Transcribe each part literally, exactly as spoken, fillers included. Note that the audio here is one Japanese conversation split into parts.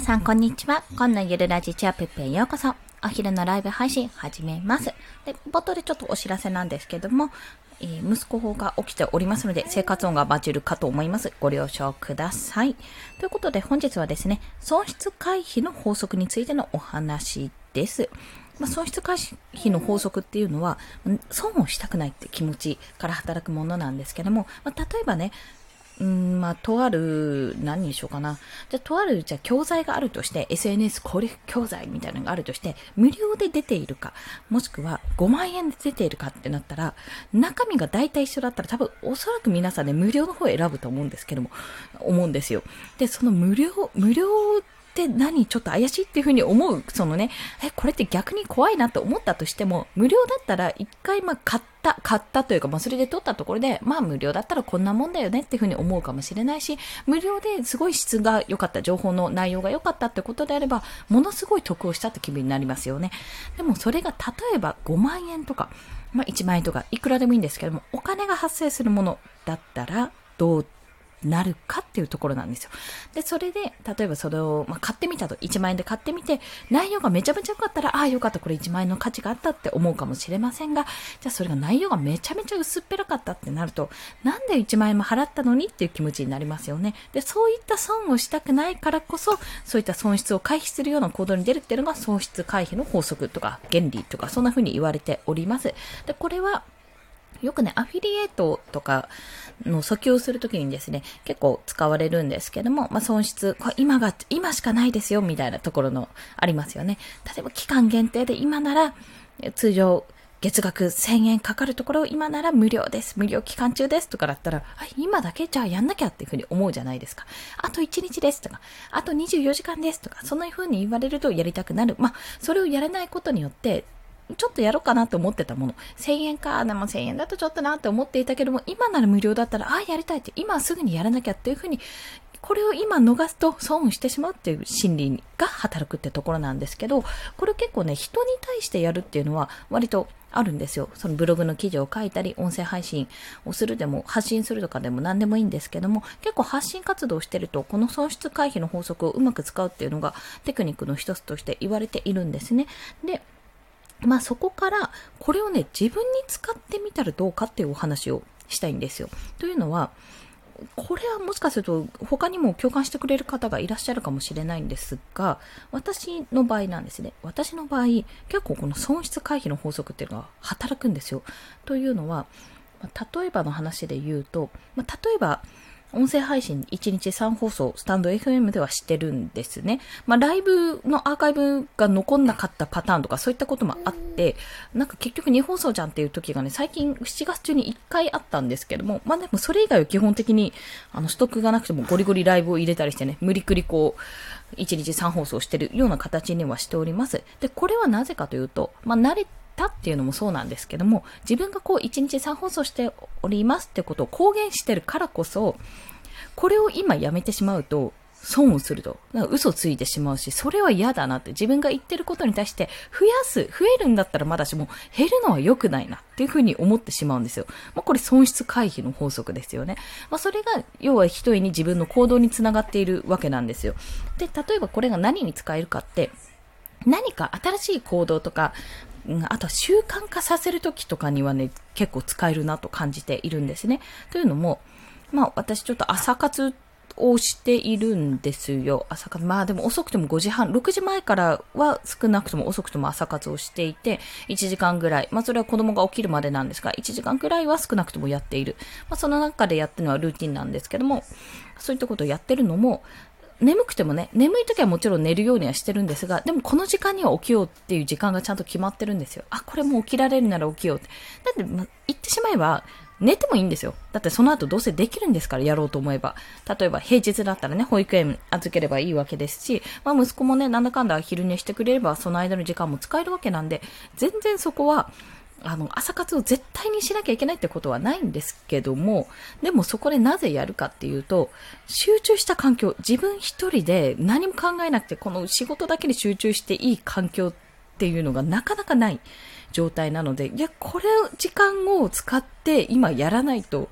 さんこんにちは。今のゆるラジチアップへようこそ。お昼のライブ配信始めます。で、冒頭でちょっとお知らせなんですけども、えー、息子が起きておりますので、生活音が混じるかと思います。ご了承ください。ということで本日はですね、損失回避の法則についてのお話です。まあ、損失回避の法則っていうのは、損をしたくないって気持ちから働くものなんですけども、まあ、例えばね、うん、まあ、とある、何にしようかな。じゃとある、じゃ教材があるとして、エスエヌエス 攻略教材みたいなのがあるとして、無料で出ているか、もしくはごまんえんで出ているかってなったら、中身が大体一緒だったら、多分、おそらく皆さんね、無料の方を選ぶと思うんですけども、思うんですよ。で、その無料、無料って何ちょっと怪しいっていうふうに思う、そのね、え、これって逆に怖いなって思ったとしても、無料だったら一回まあ買った、買ったというか、まあそれで取ったところで、まあ無料だったらこんなもんだよねっていうふうに思うかもしれないし、無料ですごい質が良かった、情報の内容が良かったってことであれば、ものすごい得をしたって気分になりますよね。でもそれが例えばごまんえんとか、まあいちまんえんとか、いくらでもいいんですけども、お金が発生するものだったら、どうなるかっていうところなんですよ。で、それで、例えばそれを、まあ、買ってみたと、いちまんえんで買ってみて、内容がめちゃめちゃ良かったら、ああ、よかった、これいちまんえんの価値があったって思うかもしれませんが、じゃあそれが内容がめちゃめちゃ薄っぺらかったってなると、なんでいちまんえんも払ったのにっていう気持ちになりますよね。で、そういった損をしたくないからこそ、そういった損失を回避するような行動に出るっていうのが損失回避の法則とか原理とか、そんな風に言われております。で、これは、よくね、アフィリエイトとかの訴求をするときにですね、結構使われるんですけども、まあ、損失、これ今が、今しかないですよ、みたいなところの、ありますよね。例えば期間限定で今なら、通常、月額せんえんかかるところを今なら無料です。無料期間中ですとかだったら、はい、今だけじゃあやんなきゃっていうふうに思うじゃないですか。あといちにちですとか、あとにじゅうよじかんですとか、そのいうふうに言われるとやりたくなる。まあ、それをやらないことによって、ちょっとやろうかなと思ってたもの。せんえんか、でもせんえんだとちょっとなって思っていたけども、今なら無料だったら、ああ、やりたいって、今すぐにやらなきゃっていうふうに、これを今逃すと損してしまうっていう心理が働くってところなんですけど、これ結構ね、人に対してやるっていうのは割とあるんですよ。そのブログの記事を書いたり、音声配信をするでも、発信するとかでも何でもいいんですけども、結構発信活動をしてると、この損失回避の法則をうまく使うっていうのがテクニックの一つとして言われているんですね。で、まあそこからこれをね自分に使ってみたらどうかっていうお話をしたいんですよ。というのはこれはもしかすると他にも共感してくれる方がいらっしゃるかもしれないんですが、私の場合なんですね。私の場合結構この損失回避の法則っていうのが働くんですよ。というのは例えばの話で言うと、まあ、例えば音声配信いちにちさん放送、スタンド エフエム ではしてるんですね。まあ、ライブのアーカイブが残んなかったパターンとかそういったこともあって、なんか結局に放送じゃんっていう時がね、最近しちがつ中にいっかいあったんですけども、まあでもそれ以外は基本的に、あの、ストックがなくてもゴリゴリライブを入れたりしてね、無理くりこう、いちにちさん放送してるような形にはしております。で、これはなぜかというと、まあ慣れたっていうのもそうなんですけども、自分がこういちにちさん放送しておりますってことを公言してるからこそ、これを今やめてしまうと損をすると、嘘ついてしまうし、それは嫌だなって自分が言ってることに対して増やす、増えるんだったらまだしも減るのは良くないなっていうふうに思ってしまうんですよ。まあ、これ損失回避の法則ですよね。まあ、それが要は一重に自分の行動につながっているわけなんですよ。で、例えばこれが何に使えるかって、何か新しい行動とか、あとは習慣化させるときとかにはね、結構使えるなと感じているんですね。というのも、まあ私ちょっと朝活をしているんですよ。朝活。まあでも遅くてもごじはん、ろくじまえからは少なくとも遅くとも朝活をしていて、いちじかんぐらい。まあそれは子供が起きるまでなんですが、いちじかんぐらいは少なくともやっている。まあその中でやってるのはルーティンなんですけども、そういったことをやってるのも、眠くてもね、眠い時はもちろん寝るようにはしてるんですが、でもこの時間には起きようっていう時間がちゃんと決まってるんですよ。あ、これもう起きられるなら起きようって。だって、まあ、言ってしまえば、寝てもいいんですよ。だってその後どうせできるんですから、やろうと思えば。例えば平日だったらね、保育園預ければいいわけですし、まあ息子もね、なんだかんだ昼寝してくれれば、その間の時間も使えるわけなんで、全然そこは、あの、朝活を絶対にしなきゃいけないってことはないんですけども、でもそこでなぜやるかっていうと、集中した環境、自分一人で何も考えなくて、この仕事だけに集中していい環境っていうのがなかなかない状態なので、いや、これ時間を使って今やらないと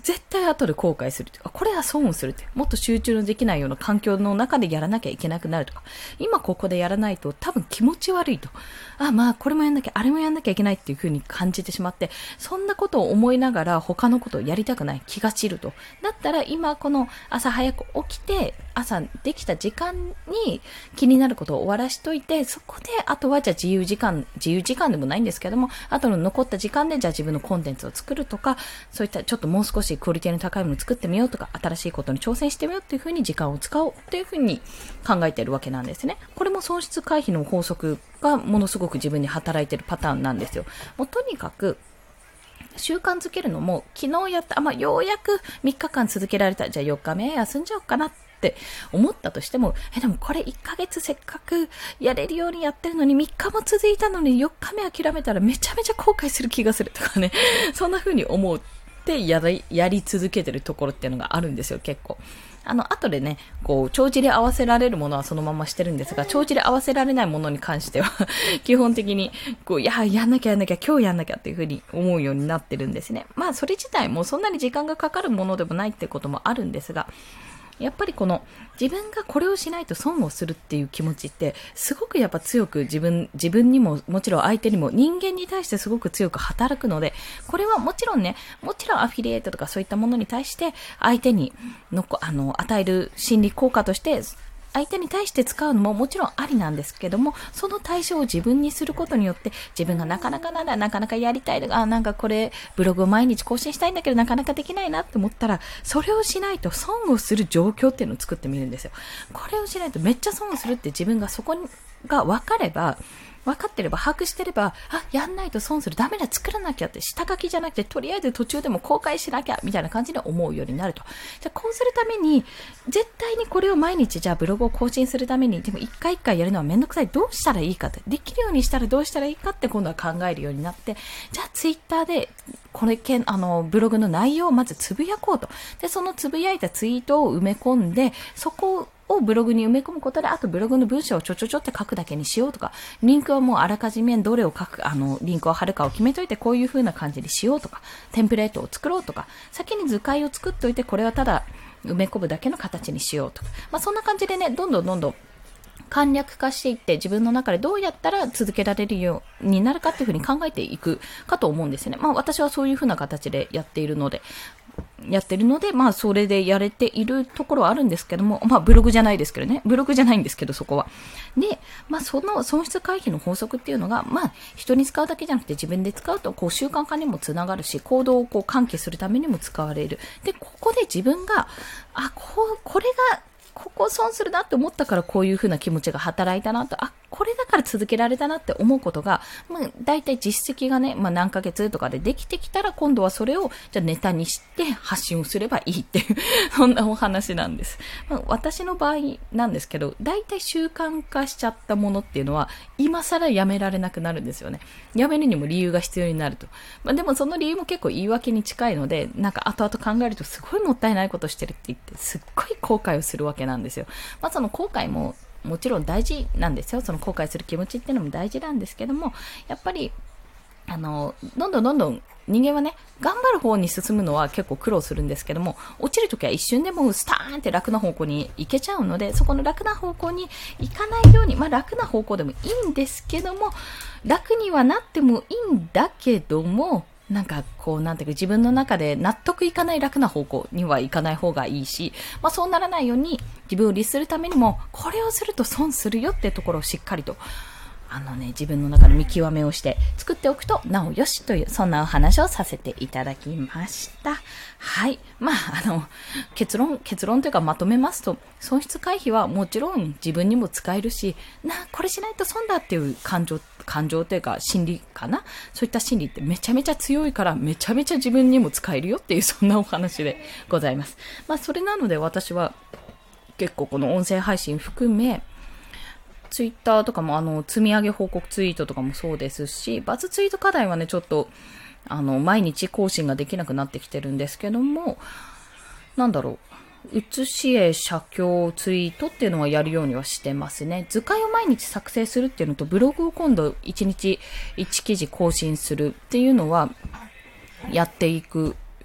絶対後で後悔するとか、これは損をするって、もっと集中のできないような環境の中でやらなきゃいけなくなるとか、今ここでやらないと多分気持ち悪いと。あ、まあこれもやんなきゃ、あれもやんなきゃいけないっていう風に感じてしまって、そんなことを思いながら他のことをやりたくない、気が散ると。だったら今この朝早く起きて、朝できた時間に気になることを終わらしといて、そこであとはじゃあ自由時間、自由時間でもないんですけども、あとの残った時間でじゃあ自分のコンテンツを作るとか、そういったちょっともう少しクオリティの高いものを作ってみようとか、新しいことに挑戦してみようっていう風に時間を使おうっていう風に考えているわけなんですね。これも損失回避の法則がものすごく自分に働いているパターンなんですよ。もうとにかく習慣づけるのも昨日やった、まあ、ようやくみっかかん続けられた。じゃあよっかめ休んじゃおうかなって思ったとしても、え、でもこれいっかげつせっかくやれるようにやってるのにみっかも続いたのによっかめ諦めたらめちゃめちゃ後悔する気がするとかね、そんな風に思ってやり、やり続けてるところっていうのがあるんですよ、結構。あの、後でね、こう、帳尻合わせられるものはそのまましてるんですが、帳尻合わせられないものに関しては、基本的に、こう、いや、やんなきゃやんなきゃ、今日やんなきゃっていうふうに思うようになってるんですね。まあ、それ自体もそんなに時間がかかるものでもないってこともあるんですが、やっぱりこの自分がこれをしないと損をするっていう気持ちってすごくやっぱ強く自分、自分にももちろん相手にも人間に対してすごく強く働くので、これはもちろんね、もちろんアフィリエイトとかそういったものに対して相手にのこあの与える心理効果として相手に対して使うのももちろんありなんですけども、その対象を自分にすることによって自分がなかなかならなかなかやりたいとか、あ、なんかこれブログを毎日更新したいんだけどなかなかできないなって思ったら、それをしないと損をする状況っていうのを作ってみるんですよ。これをしないとめっちゃ損をするって自分がそこが分かれば、分かってれば、把握してれば、あ、やんないと損する、ダメだ、作らなきゃって、下書きじゃなくて、とりあえず途中でも公開しなきゃ、みたいな感じで思うようになると。じゃあ、こうするために、絶対にこれを毎日、じゃあ、ブログを更新するために、でも一回一回やるのはめんどくさい、どうしたらいいかって、できるようにしたらどうしたらいいかって今度は考えるようになって、じゃあ、ツイッターで、これけん、あの、ブログの内容をまずつぶやこうと。で、そのつぶやいたツイートを埋め込んで、そこを、をブログに埋め込むことで、あとブログの文章をちょちょちょって書くだけにしようとか、リンクはもうあらかじめどれを書く、あの、リンクを貼るかを決めといて、こういう風な感じにしようとか、テンプレートを作ろうとか、先に図解を作っておいて、これはただ埋め込むだけの形にしようとか、まあそんな感じでね、どんどんどんどん簡略化していって自分の中でどうやったら続けられるようになるかっていうふうに考えていくかと思うんですよね。まあ私はそういうふうな形でやっているので、やってるので、まあそれでやれているところはあるんですけども、まあブログじゃないですけどね、ブログじゃないんですけどそこは。で、まあその損失回避の法則っていうのが、まあ人に使うだけじゃなくて自分で使うとこう習慣化にもつながるし、行動をこう喚起するためにも使われる。で、ここで自分が、あ、こう、これが、ここ損するなって思ったからこういう風な気持ちが働いたなと、あ、これだから続けられたなって思うことが、まあ、大体実績がね、まあ、何ヶ月とかでできてきたら今度はそれをじゃあネタにして発信をすればいいっていうそんなお話なんです。まあ、私の場合なんですけど、大体習慣化しちゃったものっていうのは今更やめられなくなるんですよね。やめるにも理由が必要になると。まあ、でもその理由も結構言い訳に近いので、なんか後々考えるとすごいもったいないことしてるって言ってすっごい後悔をするわけなんですよ。まあ、その後悔ももちろん大事なんですよ。その後悔する気持ちっていうのも大事なんですけども、やっぱりあのどんどんどんどん人間はね、頑張る方に進むのは結構苦労するんですけども、落ちるときは一瞬でもスターンって楽な方向に行けちゃうので、そこの楽な方向に行かないように、まあ楽な方向でもいいんですけども、楽にはなってもいいんだけども、なんかこうなんていうか自分の中で納得いかない楽な方向にはいかない方がいいし、まあそうならないように自分を律するためにもこれをすると損するよってところをしっかりとあのね自分の中の見極めをして作っておくとなおよしというそんなお話をさせていただきました。はい、まああの結論結論というかまとめますと、損失回避はもちろん自分にも使えるし、なこれしないと損だっていう感情感情というか心理かな、そういった心理ってめちゃめちゃ強いからめちゃめちゃ自分にも使えるよっていうそんなお話でございます。まあそれなので私は結構この音声配信含めツイッターとかもあの積み上げ報告ツイートとかもそうですし、バズツイート課題はねちょっとあの毎日更新ができなくなってきてるんですけども、なんだろう、写し絵写経ツイートっていうのはやるようにはしてますね。図解を毎日作成するっていうのとブログを今度いちにちいち記事更新するっていうのはやっていく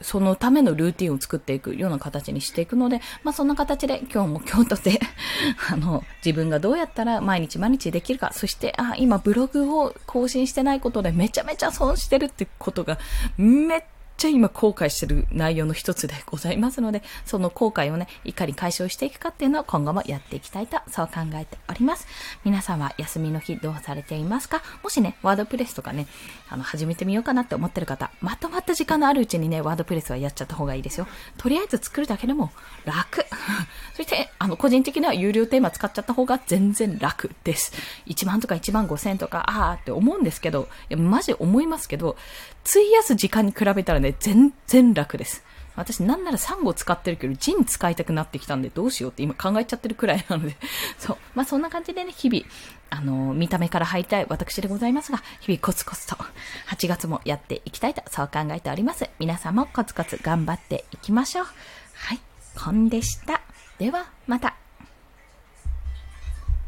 そのためのルーティンを作っていくような形にしていくので、まあそんな形で今日も今日とて、あの、自分がどうやったら毎日毎日できるか、そして、あ、今ブログを更新してないことでめちゃめちゃ損してるってことが、めっちゃ今後悔してる内容の一つでございますので、その後悔をね、いかに解消していくかっていうのを今後もやっていきたいと、そう考えております。皆さんは休みの日どうされていますか？もしね、ワードプレスとかね、あの、始めてみようかなって思ってる方、まとまった時間のあるうちにね、ワードプレスはやっちゃった方がいいですよ。とりあえず作るだけでも楽。そして、あの、個人的には有料テーマ使っちゃった方が全然楽です。いちまんとかいちまんごせんとか、あーって思うんですけど、いや、マジ思いますけど、費やす時間に比べたらね、全然楽です。私なんならサンゴ使ってるけど、ジン使いたくなってきたんでどうしようって今考えちゃってるくらいなので、そう。まあそんな感じでね、日々、あのー、見た目から入りたい私でございますが、日々コツコツとはちがつもやっていきたいと、そう考えております。皆さんもコツコツ頑張っていきましょう。はい。コンでした。では、また。